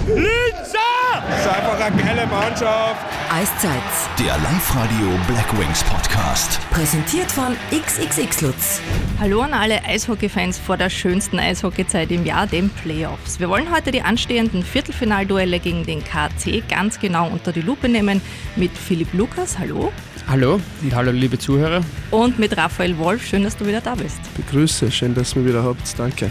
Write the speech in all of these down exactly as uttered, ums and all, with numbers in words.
Linzer! Das ist einfach eine geile Mannschaft. Eiszeit. Der Live-Radio Black Wings Podcast. Präsentiert von X X X Lutz. Hallo an alle Eishockey-Fans vor der schönsten Eishockeyzeit im Jahr, den Playoffs. Wir wollen heute die anstehenden Viertelfinalduelle gegen den K C ganz genau unter die Lupe nehmen. Mit Philipp Lukas, hallo. Hallo und hallo liebe Zuhörer. Und mit Raphael Wolf, schön, dass du wieder da bist. Begrüße, schön, dass ihr mich wieder habt, danke.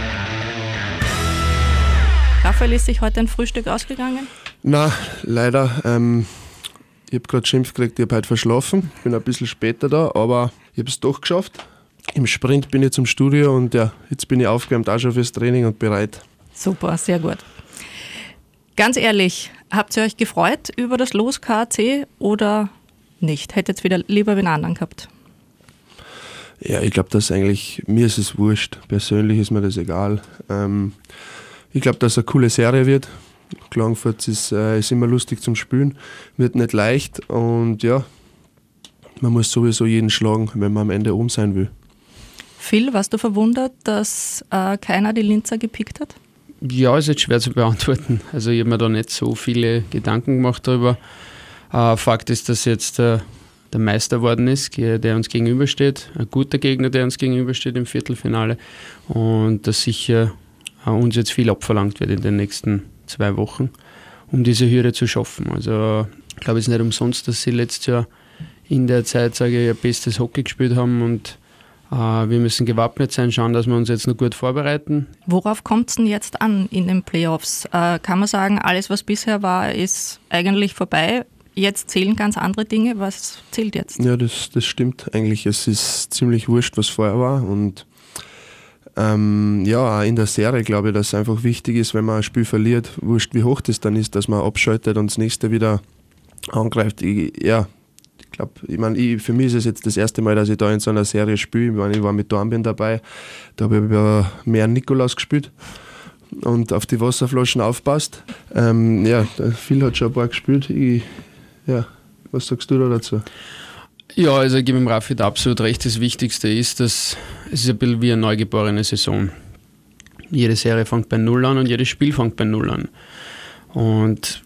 Raphael, ist sich heute ein Frühstück ausgegangen? Na, leider. Ähm, ich habe gerade Schimpf gekriegt, ich habe heute verschlafen. Ich bin ein bisschen später da, aber ich habe es doch geschafft. Im Sprint bin ich zum Studio und ja, jetzt bin ich aufgewärmt auch schon fürs Training und bereit. Super, sehr gut. Ganz ehrlich, habt ihr euch gefreut über das Los K C oder nicht? Hättet ihr wieder lieber wen anderen gehabt? Ja, ich glaube, dass eigentlich, mir ist es wurscht. Persönlich ist mir das egal. Ähm, ich glaube, dass es eine coole Serie wird. Klagenfurt ist, äh, ist immer lustig zum Spielen, wird nicht leicht und ja, man muss sowieso jeden schlagen, wenn man am Ende oben sein will. Phil, warst du verwundert, dass äh, keiner die Linzer gepickt hat? Ja, ist jetzt schwer zu beantworten. Also ich habe mir da nicht so viele Gedanken gemacht darüber. Äh, Fakt ist, dass jetzt äh, der Meister geworden ist, der uns gegenübersteht, ein guter Gegner, der uns gegenübersteht im Viertelfinale und dass sicher äh, uns jetzt viel abverlangt wird in den nächsten zwei Wochen, um diese Hürde zu schaffen. Also ich glaube, es ist nicht umsonst, dass sie letztes Jahr in der Zeit, sage ich, ihr bestes Hockey gespielt haben und äh, wir müssen gewappnet sein, schauen, dass wir uns jetzt noch gut vorbereiten. Worauf kommt es denn jetzt an in den Playoffs? Äh, kann man sagen, alles, was bisher war, ist eigentlich vorbei? Jetzt zählen ganz andere Dinge. Was zählt jetzt? Ja, das, das stimmt eigentlich. Es ist ziemlich wurscht, was vorher war und Ähm, ja, auch in der Serie glaube ich, dass es einfach wichtig ist, wenn man ein Spiel verliert, wurscht wie hoch das dann ist, dass man abschaltet und das nächste wieder angreift. Ich, ja, ich glaube, ich meine, ich, für mich ist es jetzt das erste Mal, dass ich da in so einer Serie spiele. Ich, meine, ich war mit Dornbirn dabei, da habe ich ja mehr Nikolaus gespielt und auf die Wasserflaschen aufpasst. Ähm, ja, Phil hat schon ein paar gespielt. Ich, ja, was sagst du da dazu? Ja, also ich gebe dem Raffi absolut recht. Das Wichtigste ist, dass es ist ein bisschen wie eine neugeborene Saison. Jede Serie fängt bei Null an und jedes Spiel fängt bei Null an. Und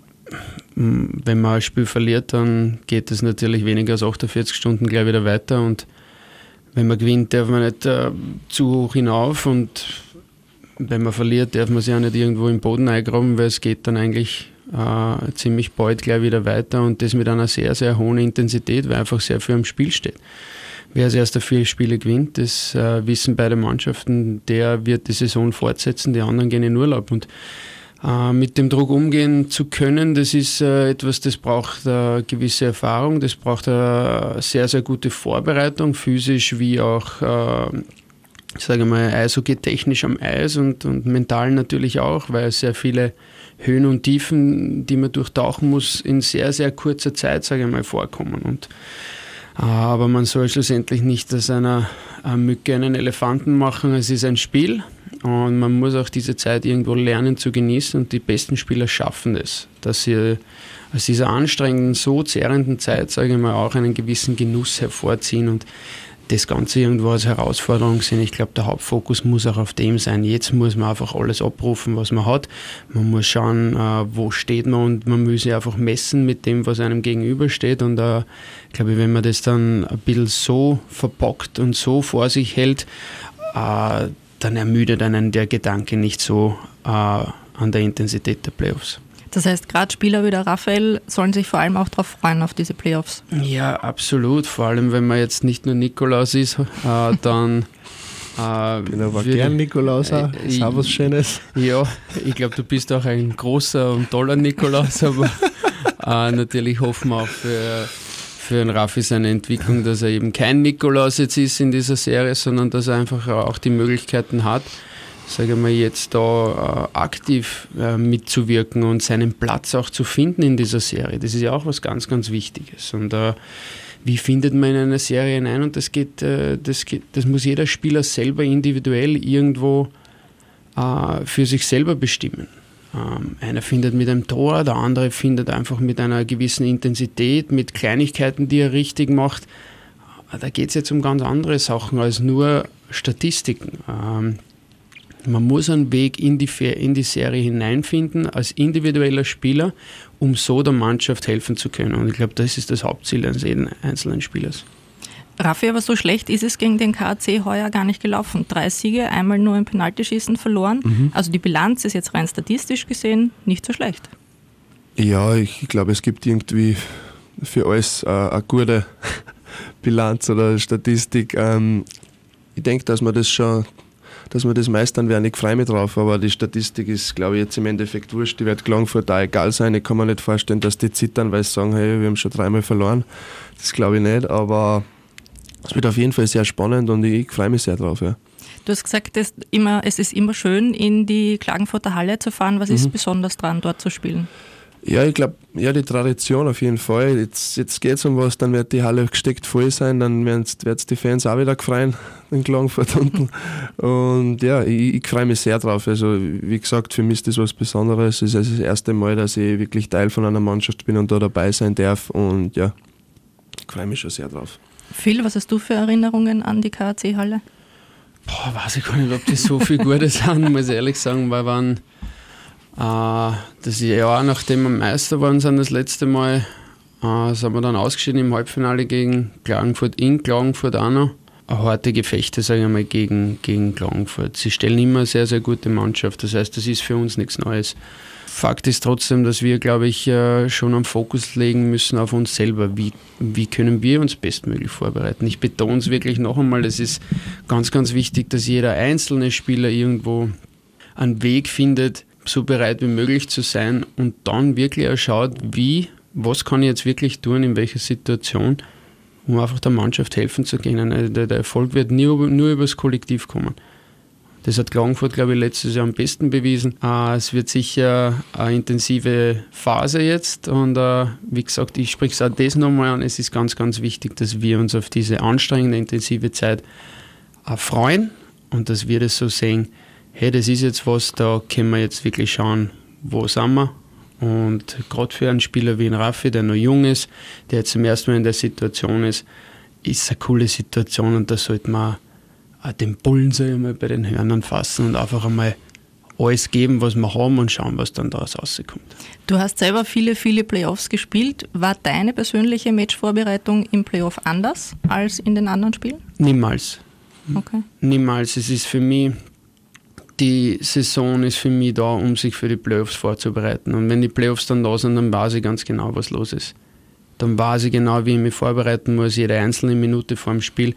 wenn man ein Spiel verliert, dann geht es natürlich weniger als achtundvierzig Stunden gleich wieder weiter. Und wenn man gewinnt, darf man nicht äh, zu hoch hinauf. Und wenn man verliert, darf man sich auch nicht irgendwo im Boden eingraben, weil es geht dann eigentlich Uh, ziemlich bald gleich wieder weiter und das mit einer sehr, sehr hohen Intensität, weil einfach sehr viel am Spiel steht. Wer als erster vier Spiele gewinnt, das uh, wissen beide Mannschaften, der wird die Saison fortsetzen, die anderen gehen in Urlaub. Und uh, mit dem Druck umgehen zu können, das ist uh, etwas, das braucht uh, gewisse Erfahrung, das braucht eine sehr, sehr gute Vorbereitung, physisch wie auch uh, ich sage mal, Eishockey technisch am Eis und, und mental natürlich auch, weil sehr viele Höhen und Tiefen, die man durchtauchen muss, in sehr, sehr kurzer Zeit, sage ich mal, vorkommen. Und, aber man soll schlussendlich nicht aus einer Mücke einen Elefanten machen. Es ist ein Spiel und man muss auch diese Zeit irgendwo lernen zu genießen und die besten Spieler schaffen das, dass sie aus dieser anstrengenden, so zehrenden Zeit, sage ich mal, auch einen gewissen Genuss hervorziehen und das Ganze irgendwo als Herausforderung sehen. Ich glaube, der Hauptfokus muss auch auf dem sein. Jetzt muss man einfach alles abrufen, was man hat. Man muss schauen, äh, wo steht man und man muss sich einfach messen mit dem, was einem gegenübersteht. Und äh, ich glaube, wenn man das dann ein bisschen so verpackt und so vor sich hält, äh, dann ermüdet einen der Gedanke nicht so äh, an der Intensität der Playoffs. Das heißt, gerade Spieler wie der Raphael sollen sich vor allem auch darauf freuen, auf diese Playoffs. Ja, absolut. Vor allem, wenn man jetzt nicht nur Nikolaus ist, äh, dann... Äh, ich bin aber gern Nikolaus auch. Äh, ist auch was Schönes. Ja, ich glaube, du bist auch ein großer und toller Nikolaus, aber äh, natürlich hoffen wir auch für, für den Raffi seine Entwicklung, dass er eben kein Nikolaus jetzt ist in dieser Serie, sondern dass er einfach auch die Möglichkeiten hat, sage ich mal, jetzt da äh, aktiv äh, mitzuwirken und seinen Platz auch zu finden in dieser Serie. Das ist ja auch was ganz, ganz Wichtiges. Und äh, wie findet man in eine Serie hinein? Und das geht, äh, das geht, das muss jeder Spieler selber individuell irgendwo äh, für sich selber bestimmen. Ähm, einer findet mit einem Tor, der andere findet einfach mit einer gewissen Intensität, mit Kleinigkeiten, die er richtig macht. Da geht es jetzt um ganz andere Sachen als nur Statistiken. Ähm, Man muss einen Weg in die, in die Serie hineinfinden als individueller Spieler, um so der Mannschaft helfen zu können. Und ich glaube, das ist das Hauptziel eines jeden einzelnen Spielers. Raffi, aber so schlecht ist es gegen den K A C heuer gar nicht gelaufen. Drei Siege, einmal nur im Penaltyschießen verloren. Mhm. Also die Bilanz ist jetzt rein statistisch gesehen nicht so schlecht. Ja, ich glaube, es gibt irgendwie für alles äh, eine gute Bilanz oder Statistik. Ähm, ich denke, dass man das schon, dass wir das meistern werden. Ich freue mich drauf, aber die Statistik ist, glaube ich, jetzt im Endeffekt wurscht. Die wird Klagenfurt da egal sein. Ich kann mir nicht vorstellen, dass die zittern, weil sie sagen, hey, wir haben schon dreimal verloren. Das glaube ich nicht, aber es wird auf jeden Fall sehr spannend und ich freue mich sehr drauf. Ja. Du hast gesagt, es, immer, es ist immer schön, in die Klagenfurter Halle zu fahren. Was mhm. ist besonders dran, dort zu spielen? Ja, ich glaube, ja, die Tradition auf jeden Fall. Jetzt, jetzt geht es um was, dann wird die Halle gesteckt voll sein, dann werden es die Fans auch wieder gefreien, in Klagenfurt unten. Und ja, ich, ich freue mich sehr drauf. Also, wie gesagt, für mich ist das was Besonderes. Es ist das erste Mal, dass ich wirklich Teil von einer Mannschaft bin und da dabei sein darf. Und ja, ich freue mich schon sehr drauf. Phil, was hast du für Erinnerungen an die K A C-Halle? Boah, weiß ich gar nicht, ob die so viel Gute sind, muss ich ehrlich sagen, weil waren äh, das Jahr, nachdem wir Meister waren, sind das letzte Mal, äh, sind wir dann ausgeschieden im Halbfinale gegen Klagenfurt, in Klagenfurt auch noch. Harte Gefechte, sage ich mal, gegen, gegen Klagenfurt. Sie stellen immer eine sehr, sehr gute Mannschaft, das heißt, das ist für uns nichts Neues. Fakt ist trotzdem, dass wir, glaube ich, schon am Fokus legen müssen auf uns selber. Wie, wie können wir uns bestmöglich vorbereiten? Ich betone es wirklich noch einmal, es ist ganz, ganz wichtig, dass jeder einzelne Spieler irgendwo einen Weg findet, so bereit wie möglich zu sein und dann wirklich auch schaut, wie, was kann ich jetzt wirklich tun, in welcher Situation, um einfach der Mannschaft helfen zu können. Der, der Erfolg wird nie, nur über das Kollektiv kommen. Das hat Klagenfurt, glaube ich, letztes Jahr am besten bewiesen. Äh, es wird sicher eine intensive Phase jetzt und äh, wie gesagt, ich spreche es auch das nochmal an, es ist ganz, ganz wichtig, dass wir uns auf diese anstrengende, intensive Zeit äh, freuen und dass wir das so sehen, hey, das ist jetzt was, da können wir jetzt wirklich schauen, wo sind wir. Und gerade für einen Spieler wie ein Raffi, der noch jung ist, der jetzt zum ersten Mal in der Situation ist, ist es eine coole Situation und da sollte man den Bullen so einmal bei den Hörnern fassen und einfach einmal alles geben, was wir haben und schauen, was dann daraus rauskommt. Du hast selber viele, viele Playoffs gespielt. War deine persönliche Matchvorbereitung im Playoff anders als in den anderen Spielen? Niemals. Okay. Niemals. Es ist für mich, die Saison ist für mich da, um sich für die Playoffs vorzubereiten. Und wenn die Playoffs dann da sind, dann weiß ich ganz genau, was los ist. Dann weiß ich genau, wie ich mich vorbereiten muss, jede einzelne Minute vor dem Spiel.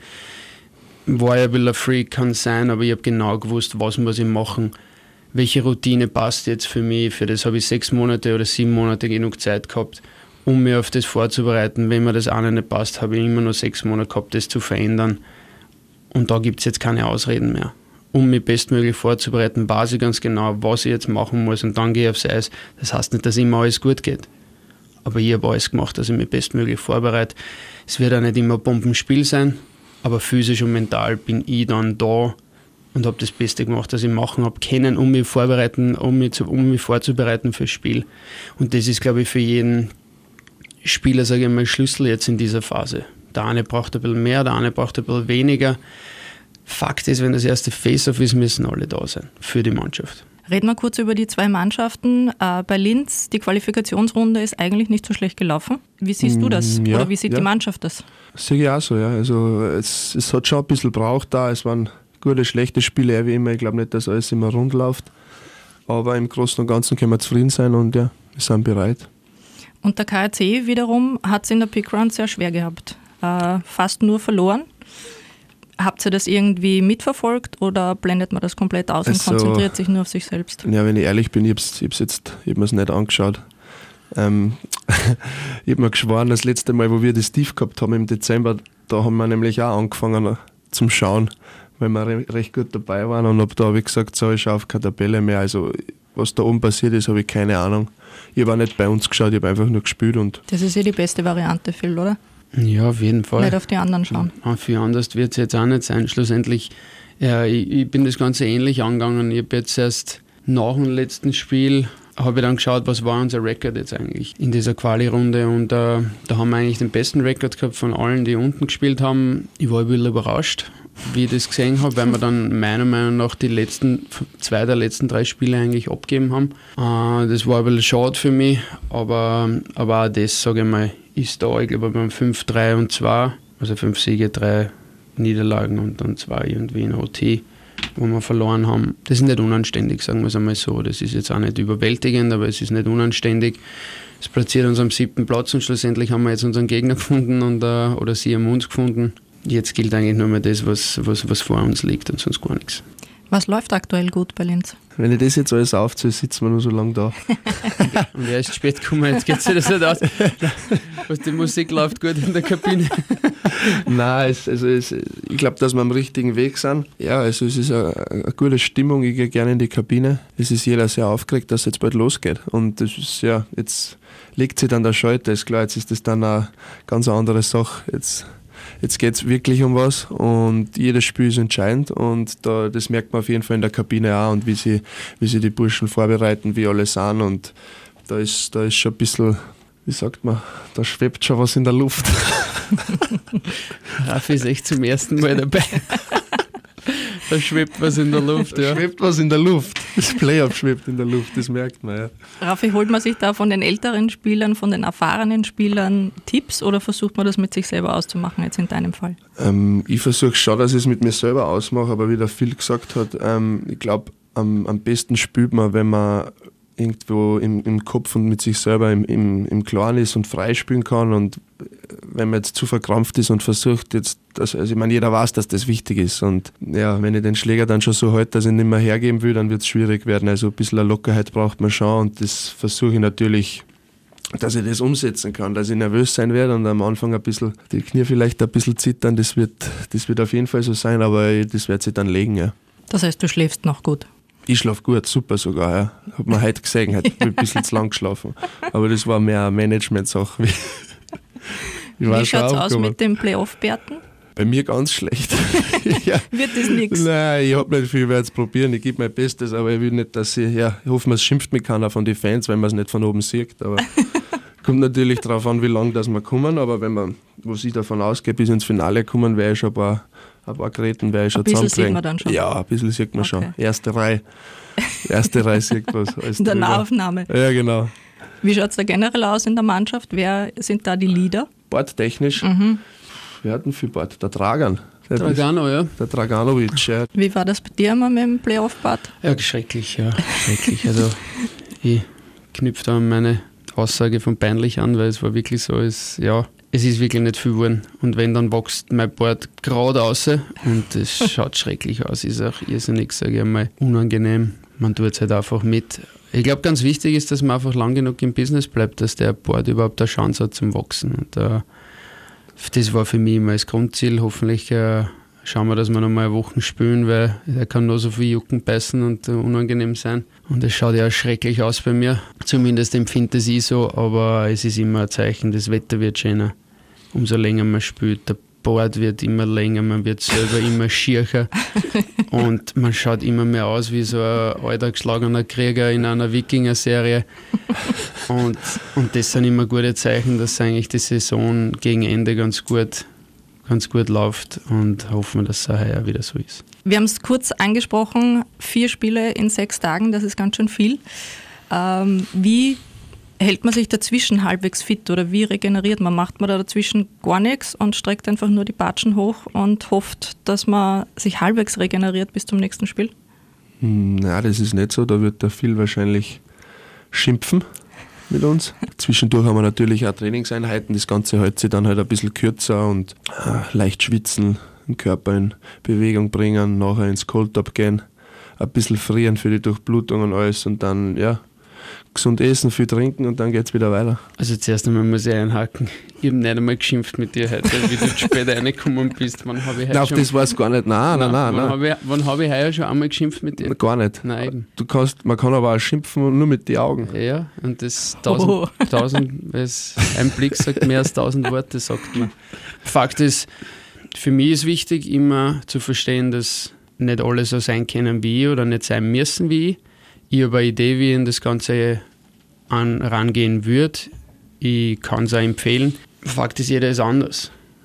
War ja ein bisschen ein Freak, kann sein, aber ich habe genau gewusst, was muss ich machen, welche Routine passt jetzt für mich. Für das habe ich sechs Monate oder sieben Monate genug Zeit gehabt, um mich auf das vorzubereiten. Wenn mir das eine nicht passt, habe ich immer noch sechs Monate gehabt, das zu verändern. Und da gibt es jetzt keine Ausreden mehr. Um mich bestmöglich vorzubereiten, weiß ich ganz genau, was ich jetzt machen muss und dann gehe ich aufs Eis. Das heißt nicht, dass immer alles gut geht. Aber ich habe alles gemacht, dass ich mich bestmöglich vorbereite. Es wird auch nicht immer ein Bombenspiel sein, aber physisch und mental bin ich dann da und habe das Beste gemacht, was ich machen habe können, um mich vorbereiten, um mich, zu, um mich vorzubereiten fürs Spiel. Und das ist, glaube ich, für jeden Spieler, sage ich mal, Schlüssel jetzt in dieser Phase. Der eine braucht ein bisschen mehr, der eine braucht ein bisschen weniger. Fakt ist, wenn das erste Face-Off ist, müssen alle da sein für die Mannschaft. Reden wir kurz über die zwei Mannschaften. Äh, bei Linz, die Qualifikationsrunde ist eigentlich nicht so schlecht gelaufen. Wie siehst du das? Ja, Oder wie sieht ja. die Mannschaft das? Sehe ich auch so, ja. Also es, es hat schon ein bisschen Brauch da. Es waren gute, schlechte Spiele, wie immer. Ich glaube nicht, dass alles immer rund läuft. Aber im Großen und Ganzen können wir zufrieden sein und ja, wir sind bereit. Und der K A C wiederum hat es in der Pick-Round sehr schwer gehabt. Äh, fast nur verloren. Habt ihr das irgendwie mitverfolgt oder blendet man das komplett aus also, und konzentriert sich nur auf sich selbst? Ja, wenn ich ehrlich bin, ich habe es jetzt ich hab mir's nicht angeschaut. Ähm, ich habe mir geschworen, das letzte Mal, wo wir das Tief gehabt haben im Dezember, da haben wir nämlich auch angefangen zum Schauen, weil wir re- recht gut dabei waren und habe da, wie gesagt, so, ich schaue auf keine Tabelle mehr. Also was da oben passiert ist, habe ich keine Ahnung. Ich habe auch nicht bei uns geschaut, ich habe einfach nur gespielt. Und das ist ja die beste Variante, Phil, oder? Ja, auf jeden Fall. Nicht auf die anderen schauen. Ja, viel anders wird es jetzt auch nicht sein. Schlussendlich, ja, ich, ich bin das Ganze ähnlich angegangen. Ich habe jetzt erst nach dem letzten Spiel, habe ich dann geschaut, was war unser Rekord jetzt eigentlich in dieser Quali-Runde und äh, da haben wir eigentlich den besten Rekord gehabt von allen, die unten gespielt haben. Ich war ein bisschen überrascht wie ich das gesehen habe, weil wir dann meiner Meinung nach die letzten zwei der letzten drei Spiele eigentlich abgegeben haben. Äh, das war ein bisschen schade für mich, aber, aber auch das, sage ich mal, ist da. Ich glaube, wir haben fünf, drei und zwei, also fünf Siege, drei Niederlagen und dann zwei irgendwie in O T, wo wir verloren haben. Das ist nicht unanständig, sagen wir es einmal so. Das ist jetzt auch nicht überwältigend, aber es ist nicht unanständig. Es platziert uns am siebten Platz und schlussendlich haben wir jetzt unseren Gegner gefunden und, uh, oder sie haben uns gefunden. Jetzt gilt eigentlich nur mehr das, was, was, was vor uns liegt und sonst gar nichts. Was läuft aktuell gut bei Linz? Wenn ich das jetzt alles aufzähle, sitzen wir nur so lange da. Und er ist spät gekommen, jetzt geht sich das nicht aus. Was, die Musik läuft gut in der Kabine. Nein, es, also es, ich glaube, dass wir am richtigen Weg sind. Ja, also es ist eine, eine gute Stimmung, ich gehe gerne in die Kabine. Es ist jeder sehr aufgeregt, dass es jetzt bald losgeht. Und das ist, ja, jetzt legt sich dann der Schalter, ist klar, jetzt ist das dann eine ganz andere Sache. Jetzt Jetzt geht es wirklich um was und jedes Spiel ist entscheidend und da, das merkt man auf jeden Fall in der Kabine auch und wie sie, wie sie die Burschen vorbereiten, wie alle sind und da ist, da ist schon ein bisschen, wie sagt man, da schwebt schon was in der Luft. Raffi ist echt zum ersten Mal dabei. Da schwebt was in der Luft, ja. Da schwebt was in der Luft. Das Playoff schwebt in der Luft, das merkt man, ja. Raffi, holt man sich da von den älteren Spielern, von den erfahrenen Spielern Tipps oder versucht man das mit sich selber auszumachen, jetzt in deinem Fall? Ähm, ich versuche schon, dass ich es mit mir selber ausmache, aber wie der Phil gesagt hat, ähm, ich glaube, am, am besten spielt man, wenn man irgendwo im, im Kopf und mit sich selber im, im, im Klaren ist und frei spielen kann und wenn man jetzt zu verkrampft ist und versucht jetzt, das, also ich meine, jeder weiß, dass das wichtig ist und ja, wenn ich den Schläger dann schon so halte, dass ich ihn nicht mehr hergeben will, dann wird es schwierig werden, also ein bisschen eine Lockerheit braucht man schon und das versuche ich natürlich, dass ich das umsetzen kann, dass ich nervös sein werde und am Anfang ein bisschen, die Knie vielleicht ein bisschen zittern, das wird, das wird auf jeden Fall so sein, aber das wird sich dann legen, ja. Das heißt, du schläfst noch gut? Ich schlafe gut, super sogar, ja. Hat man heute gesehen, heute bin ich ein bisschen zu lang geschlafen. Aber das war mehr eine Management-Sache. Wie schaut es aus mit dem Playoff-Bärten? Bei mir ganz schlecht. Ja. Wird das nichts? Nein, ich habe nicht viel, ich werde es probieren, ich gebe mein Bestes, aber ich will nicht, dass ich, ja, ich hoffe, man schimpft mich keiner von den Fans, weil man es nicht von oben sieht, aber kommt natürlich darauf an, wie lange das wir kommen, aber wenn man, was ich davon ausgehe, bis ins Finale kommen, wäre ich schon ein paar, ein paar Geräten, wäre ich schon zusammenkriegen. Ein bisschen sieht man dann schon? Ja, ein bisschen sieht man okay. schon. Erste Reihe. Erste Reihe sieht was. In der Nahaufnahme. Ja, genau. Wie schaut es da generell aus in der Mannschaft? Wer sind da die Leader? Bordtechnisch. Mhm. Wir hatten viel Bord. Der Dragan. Der Dragano, ja. Der Draganovic, ja. Wie war das bei dir mal mit dem Playoff-Bad? Ja, schrecklich, ja. Schrecklich. Also, ich knüpfe da an meine Aussage von peinlich an, weil es war wirklich so, es, ja, es ist wirklich nicht viel geworden. Und wenn, dann wächst mein Bord gerade raus und es schaut schrecklich aus. Ist auch irrsinnig, sage ich einmal, unangenehm. Man tut es halt einfach mit. Ich glaube, ganz wichtig ist, dass man einfach lang genug im Business bleibt, dass der Board überhaupt eine Chance hat zum Wachsen. Und äh, das war für mich immer das Grundziel. Hoffentlich äh, schauen wir, dass wir noch mal eine Woche spielen, weil er kann nur so viel jucken, beißen und äh, unangenehm sein. Und es schaut ja schrecklich aus bei mir. Zumindest empfinde ich es so, aber es ist immer ein Zeichen, das Wetter wird schöner. Umso länger man spielt, der Board wird immer länger, man wird selber immer schiercher und man schaut immer mehr aus wie so ein alter geschlagener Krieger in einer Wikinger-Serie. Und, und das sind immer gute Zeichen, dass eigentlich die Saison gegen Ende ganz gut, ganz gut läuft und hoffen wir, dass es auch heuer wieder so ist. Wir haben es kurz angesprochen, vier Spiele in sechs Tagen, das ist ganz schön viel. Ähm, wie hält man sich dazwischen halbwegs fit oder wie regeneriert man? Macht man da dazwischen gar nichts und streckt einfach nur die Batschen hoch und hofft, dass man sich halbwegs regeneriert bis zum nächsten Spiel? Nein, das ist nicht so. Da wird der Phil wahrscheinlich schimpfen mit uns. Zwischendurch haben wir natürlich auch Trainingseinheiten. Das Ganze hält sich dann halt ein bisschen kürzer und äh, leicht schwitzen, den Körper in Bewegung bringen, nachher ins Cold-Up gehen, ein bisschen frieren für die Durchblutung und alles und dann, ja, gesund essen, viel trinken und dann geht es wieder weiter. Also zuerst einmal muss ich einhaken. Ich habe nicht einmal geschimpft mit dir heute, wie du später reingekommen bist. Wann habe ich heute nein, schon... das war es gar nicht. Nein, nein, nein. Wann nein. habe ich, wann habe ich heuer schon einmal geschimpft mit dir? Gar nicht. Nein, eben. Du kannst, man kann aber auch schimpfen nur mit den Augen. Ja, und das tausend, Oh. tausend es, ein Blick sagt mehr als tausend Worte, sagt man. Fakt ist, für mich ist wichtig, immer zu verstehen, dass nicht alle so sein können wie ich oder nicht sein müssen wie ich. Ich habe eine Idee, wie ich in das Ganze an, rangehen würde. Ich kann es auch empfehlen. Fakt ist, jeder ist anders.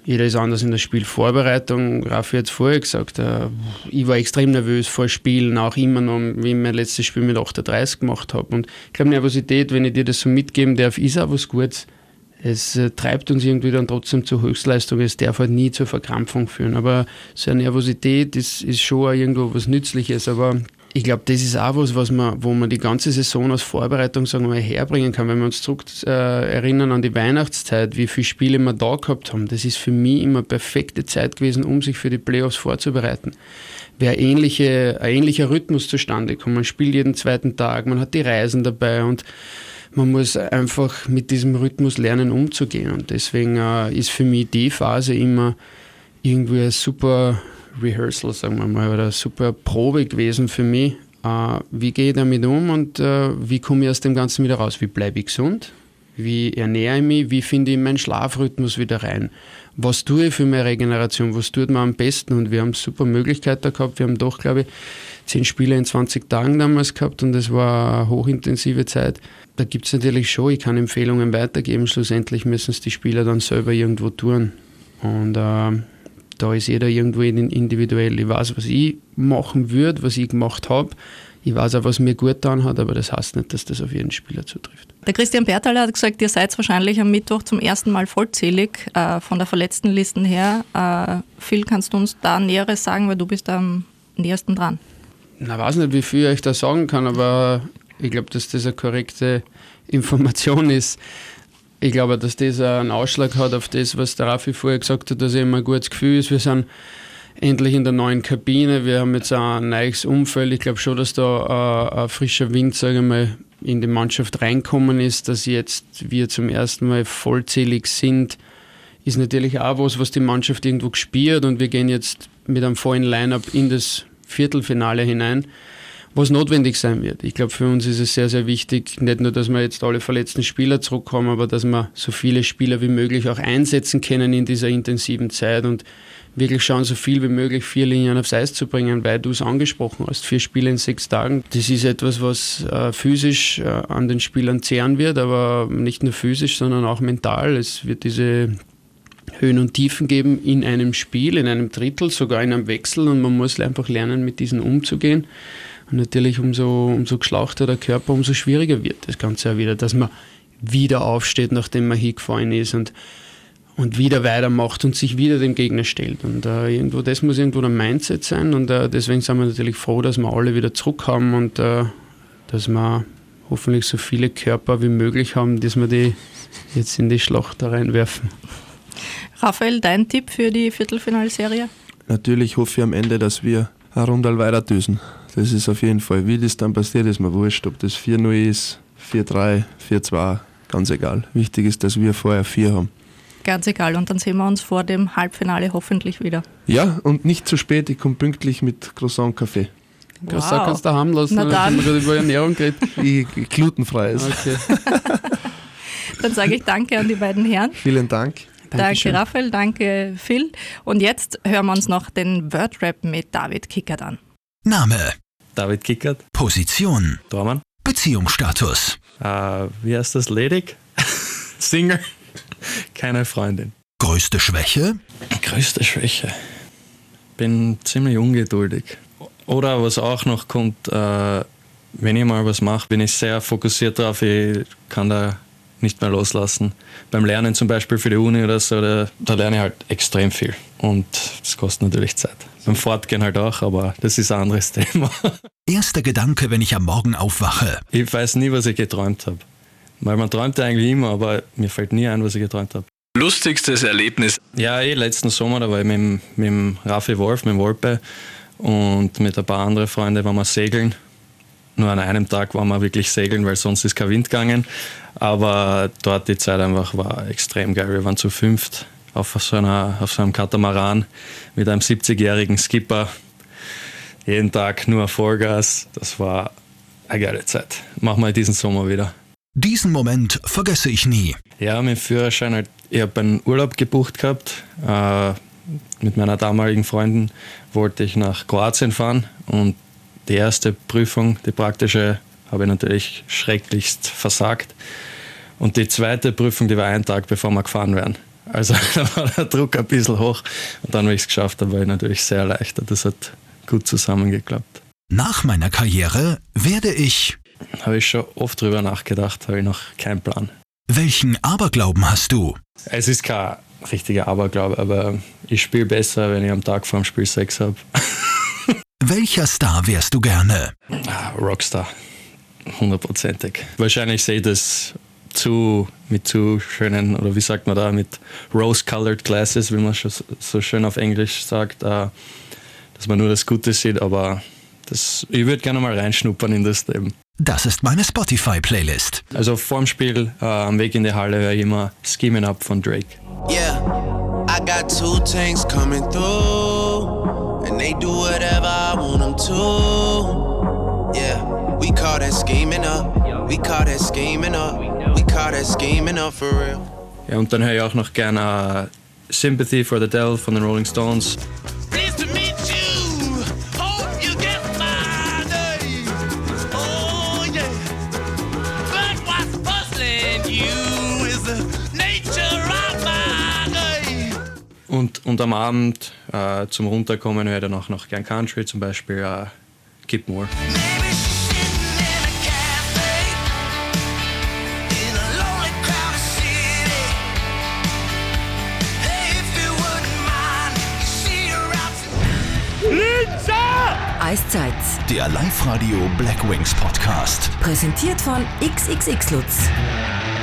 Jeder ist anders in der Spielvorbereitung. Raffi hat es vorher gesagt, äh, ich war extrem nervös vor Spielen, auch immer noch, wie ich mein letztes Spiel mit achtunddreißig gemacht habe. Und ich glaube, Nervosität, wenn ich dir das so mitgeben darf, ist auch was Gutes. Es äh, treibt uns irgendwie dann trotzdem zur Höchstleistung. Es darf halt nie zur Verkrampfung führen. Aber so eine Nervosität ist, ist schon auch irgendwo was Nützliches. Aber ich glaube, das ist auch was, was man, wo man die ganze Saison als Vorbereitung, sagen wir mal, herbringen kann. Wenn wir uns zurück äh, erinnern an die Weihnachtszeit, wie viele Spiele wir da gehabt haben, das ist für mich immer eine perfekte Zeit gewesen, um sich für die Playoffs vorzubereiten. Wäre ähnliche, ein ähnlicher Rhythmus zustande kommen. Man spielt jeden zweiten Tag, man hat die Reisen dabei und man muss einfach mit diesem Rhythmus lernen, umzugehen. Und deswegen äh, ist für mich die Phase immer irgendwie ein super Rehearsal, sagen wir mal, oder eine super Probe gewesen für mich. Äh, wie gehe ich damit um und äh, wie komme ich aus dem Ganzen wieder raus? Wie bleibe ich gesund? Wie ernähre ich mich? Wie finde ich meinen Schlafrhythmus wieder rein? Was tue ich für meine Regeneration? Was tut mir am besten? Und wir haben super Möglichkeiten da gehabt. Wir haben doch, glaube ich, zehn Spiele in zwanzig Tagen damals gehabt und das war eine hochintensive Zeit. Da gibt es natürlich schon, ich kann Empfehlungen weitergeben. Schlussendlich müssen es die Spieler dann selber irgendwo tun. Und äh, da ist jeder irgendwo individuell. Ich weiß, was ich machen würde, was ich gemacht habe. Ich weiß auch, was mir gut getan hat, aber das heißt nicht, dass das auf jeden Spieler zutrifft. Der Christian Bertaler hat gesagt, ihr seid wahrscheinlich am Mittwoch zum ersten Mal vollzählig äh, von der Verletztenlisten her. Äh, Phil, kannst du uns da Näheres sagen, weil du bist am nähersten dran? Na, ich weiß nicht, wie viel ich euch da sagen kann, aber ich glaube, dass das eine korrekte Information ist. Ich glaube, dass das einen Ausschlag hat auf das, was der Raffi vorher gesagt hat, dass eben ein gutes Gefühl ist. Wir sind endlich in der neuen Kabine, wir haben jetzt ein neues Umfeld. Ich glaube schon, dass da ein, ein frischer Wind, sage ich mal, in die Mannschaft reinkommen ist, dass jetzt wir zum ersten Mal vollzählig sind, ist natürlich auch was, was die Mannschaft irgendwo gespürt und wir gehen jetzt mit einem vollen Line-Up in das Viertelfinale hinein, was notwendig sein wird. Ich glaube, für uns ist es sehr, sehr wichtig, nicht nur, dass wir jetzt alle verletzten Spieler zurückkommen, aber dass wir so viele Spieler wie möglich auch einsetzen können in dieser intensiven Zeit und wirklich schauen, so viel wie möglich vier Linien aufs Eis zu bringen, weil du es angesprochen hast, vier Spiele in sechs Tagen. Das ist etwas, was äh, physisch äh, an den Spielern zehren wird, aber nicht nur physisch, sondern auch mental. Es wird diese Höhen und Tiefen geben in einem Spiel, in einem Drittel, sogar in einem Wechsel und man muss einfach lernen, mit diesen umzugehen. Und natürlich umso, umso geschlauchter der Körper, umso schwieriger wird das Ganze auch wieder, dass man wieder aufsteht, nachdem man hingefallen ist und, und wieder weitermacht und sich wieder dem Gegner stellt. Und äh, irgendwo, das muss irgendwo der Mindset sein und äh, deswegen sind wir natürlich froh, dass wir alle wieder zurück haben und äh, dass wir hoffentlich so viele Körper wie möglich haben, dass wir die jetzt in die Schlacht da reinwerfen. Raphael, dein Tipp für die Viertelfinalserie? Natürlich hoffe ich am Ende, dass wir eine Runde weiter düsen. Das ist auf jeden Fall. Wie das dann passiert, ist mir wurscht. Ob das vier null ist, vier drei, vier zwei, ganz egal. Wichtig ist, dass wir vorher vier haben. Ganz egal. Und dann sehen wir uns vor dem Halbfinale hoffentlich wieder. Ja, und nicht zu spät. Ich komme pünktlich mit Croissant Kaffee. Wow. Kannst du daheim lassen, Na dann. wenn man über Ernährung redet. Ich, ich glutenfrei ist. Okay. Dann sage ich danke an die beiden Herren. Vielen Dank. Danke Raphael, danke Phil. Und jetzt hören wir uns noch den Wordrap mit David Kickert an. Name, David Kickert, Position, Tormann. Beziehungsstatus, Äh, wie heißt das? Ledig? Single? Keine Freundin. größte Schwäche, Größte Schwäche. Bin ziemlich ungeduldig. Oder was auch noch kommt, äh, wenn ich mal was mache, bin ich sehr fokussiert drauf. Ich kann da nicht mehr loslassen. Beim Lernen zum Beispiel für die Uni oder so, da, da lerne ich halt extrem viel. Und das kostet natürlich Zeit. Beim Fortgehen halt auch, aber das ist ein anderes Thema. erster Gedanke, wenn ich am Morgen aufwache, Ich weiß nie, was ich geträumt habe. Weil man träumt ja eigentlich immer, aber mir fällt nie ein, was ich geträumt habe. Lustigstes Erlebnis. Ja, eh, letzten Sommer, da war ich mit, dem- mit dem Raffi Wolf, mit dem Wolpe und mit ein paar anderen Freunden waren wir segeln. Nur an einem Tag waren wir wirklich segeln, weil sonst ist kein Wind gegangen. Aber dort die Zeit einfach war extrem geil. Wir waren zu fünft auf so, einer, auf so einem Katamaran mit einem siebzigjährigen Skipper. Jeden Tag nur Vollgas. Das war eine geile Zeit. Machen wir diesen Sommer wieder. diesen Moment vergesse ich nie. Ja, mein Führerschein, halt, ich habe einen Urlaub gebucht gehabt. Äh, mit meiner damaligen Freundin wollte ich nach Kroatien fahren und die erste Prüfung, die praktische, habe ich natürlich schrecklichst versagt. Und die zweite Prüfung, die war einen Tag bevor wir gefahren wären. Also da war der Druck ein bisschen hoch. Und dann, wenn ich es geschafft habe, war ich natürlich sehr erleichtert. Das hat gut zusammengeklappt. Nach meiner Karriere werde ich... Habe ich schon oft drüber nachgedacht, habe ich noch keinen Plan. Welchen Aberglauben hast du? Es ist kein richtiger Aberglaube, aber ich spiele besser, wenn ich am Tag vor dem Spiel Sex habe. Welcher Star wärst du gerne? Ah, Rockstar, hundertprozentig. Wahrscheinlich sehe ich das zu, mit zu schönen, oder wie sagt man da, mit rose-colored glasses, wie man schon so schön auf Englisch sagt, dass man nur das Gute sieht, aber das, ich würde gerne mal reinschnuppern in das Leben. Das ist meine Spotify-Playlist. Also vorm Spiel, äh, am Weg in die Halle, höre ich immer Schemin' Up von Drake. Yeah, I got two tanks coming through, and they do whatever I want them to. Yeah, we call that scheming up, we call that scheming up, we call that scheming up for real. Ja, und dann höre ich auch noch gerne uh, Sympathy for the Devil von den Rolling Stones. Pleased to meet you, hope you get my name. Oh yeah, but what's puzzling you is the nature of my name. Und, und am Abend äh, zum Runterkommen höre ich dann auch noch gern Country, zum Beispiel äh, Kip Moore. Maybe sitting in a cafe in a lonely crowded city. Hey, if you wouldn't mind, you see her out. Eiszeit. Der Live-Radio Black Wings Podcast. Präsentiert von X X X Lutz.